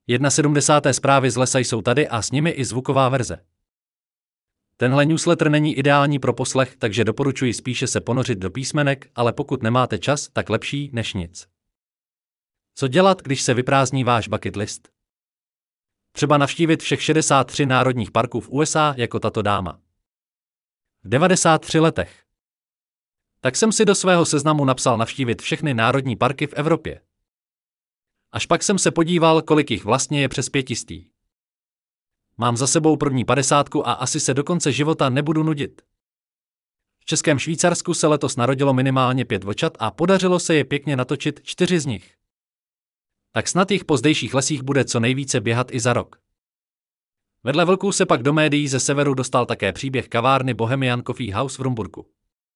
1/70 zprávy z lesa jsou tady a s nimi i zvuková verze. Tenhle newsletter není ideální pro poslech, takže doporučuji spíše se ponořit do písmenek, ale pokud nemáte čas, tak lepší než nic. Co dělat, když se vyprázdní váš bucket list? Třeba navštívit všech 63 národních parků v USA jako tato dáma. V 93 letech. Tak jsem si do svého seznamu napsal navštívit všechny národní parky v Evropě. Až pak jsem se podíval, kolik jich vlastně je přes 500. Mám za sebou první 50 a asi se do konce života nebudu nudit. V Českém Švýcarsku se letos narodilo minimálně 5 vlčat a podařilo se je pěkně natočit 4 z nich. Tak snad jich po zdejších lesích bude co nejvíce běhat i za rok. Vedle vlků se pak do médií ze severu dostal také příběh kavárny Bohemian Coffee House v Rumburku.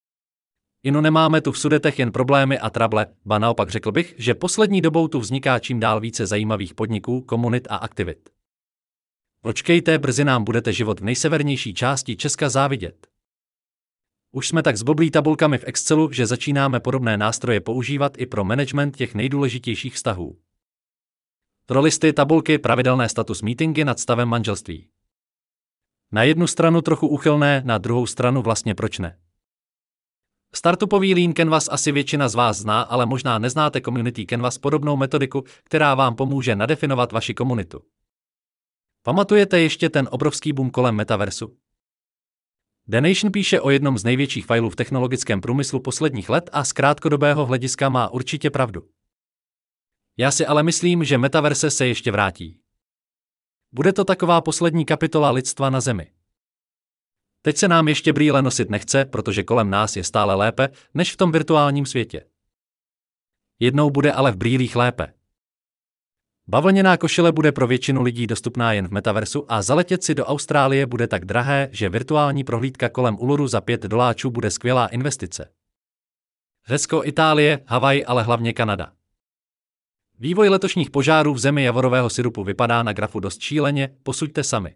Nemáme tu v Sudetech jen problémy a trable, ba naopak řekl bych, že poslední dobou tu vzniká čím dál více zajímavých podniků, komunit a aktivit. Počkejte, brzy nám budete život v nejsevernější části Česka závidět. Už jsme tak zblblí tabulkami v Excelu, že začínáme podobné nástroje používat i pro management těch nejdůležitějších vztahů. Pro listy, tabulky, pravidelné status meetingy nad stavem manželství. Na jednu stranu trochu úchylné, na druhou stranu vlastně proč ne. Startupový Lean Canvas asi většina z vás zná, ale možná neznáte Community Canvas, podobnou metodiku, která vám pomůže nadefinovat vaši komunitu. Pamatujete ještě ten obrovský boom kolem metaversu? The Nation píše o jednom z největších failů v technologickém průmyslu posledních let a z krátkodobého hlediska má určitě pravdu. Já si ale myslím, že metaverse se ještě vrátí. Bude to taková poslední kapitola lidstva na Zemi. Teď se nám ještě brýle nosit nechce, protože kolem nás je stále lépe, než v tom virtuálním světě. Jednou bude ale v brýlích lépe. Bavlněná košile bude pro většinu lidí dostupná jen v metaversu a zaletět si do Austrálie bude tak drahé, že virtuální prohlídka kolem Uluru za $5 bude skvělá investice. Řecko, Itálie, Havaj, ale hlavně Kanada. Vývoj letošních požárů v zemi javorového sirupu vypadá na grafu dost šíleně, posuďte sami.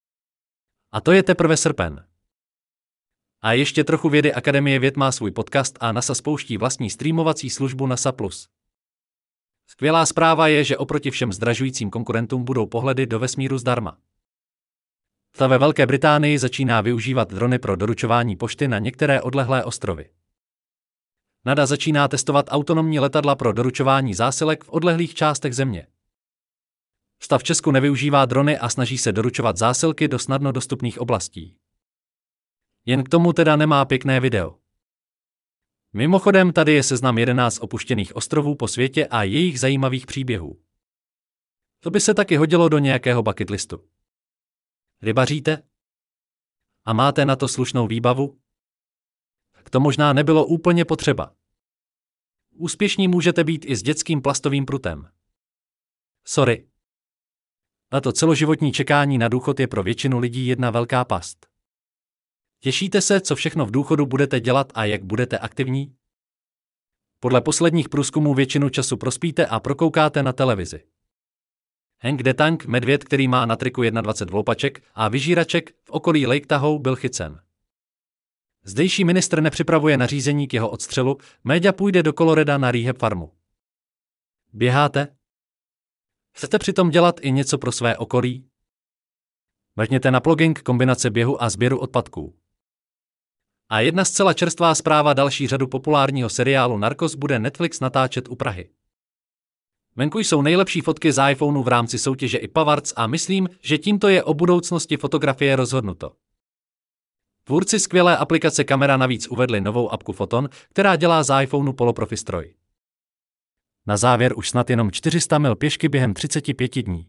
A to je teprve srpen. A ještě trochu vědy. Akademie věd má svůj podcast a NASA spouští vlastní streamovací službu NASA+. Skvělá zpráva je, že oproti všem zdražujícím konkurentům budou pohledy do vesmíru zdarma. Ta ve Velké Británii začíná využívat drony pro doručování pošty na některé odlehlé ostrovy. NASA začíná testovat autonomní letadla pro doručování zásilek v odlehlých částech země. Stav v Česku nevyužívá drony a snaží se doručovat zásilky do snadno dostupných oblastí. Jen k tomu teda nemá pěkné video. Mimochodem tady je seznam 11 opuštěných ostrovů po světě a jejich zajímavých příběhů. To by se taky hodilo do nějakého bucket listu. Rybaříte? A máte na to slušnou výbavu? Tak to možná nebylo úplně potřeba. Úspěšní můžete být i s dětským plastovým prutem. Sorry. A to celoživotní čekání na důchod je pro většinu lidí jedna velká past. Těšíte se, co všechno v důchodu budete dělat a jak budete aktivní? Podle posledních průzkumů většinu času prospíte a prokoukáte na televizi. Hank the Tank, medvěd, který má na triku 21 vloupaček a vyžíraček v okolí Lake Tahoe, byl chycen. Zdejší ministr nepřipravuje nařízení k jeho odstřelu, méďa půjde do Colorada na rehab farmu. Běháte? Chcete přitom dělat i něco pro své okolí? Mrkněte na plugin kombinace běhu a sběru odpadků. A jedna zcela čerstvá zpráva: další řadu populárního seriálu Narcos bude Netflix natáčet u Prahy. Venku jsou nejlepší fotky z iPhoneu v rámci soutěže i Pavards a myslím, že tímto je o budoucnosti fotografie rozhodnuto. Tvůrci skvělé aplikace Kamera navíc uvedli novou apku Foton, která dělá z iPhoneu poloprofi stroj. Na závěr už snad jenom 400 mil pěšky během 35 dní.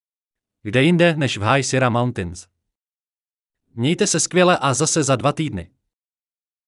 Kde jinde než v High Sierra Mountains. Mějte se skvěle a zase za 2 týdny.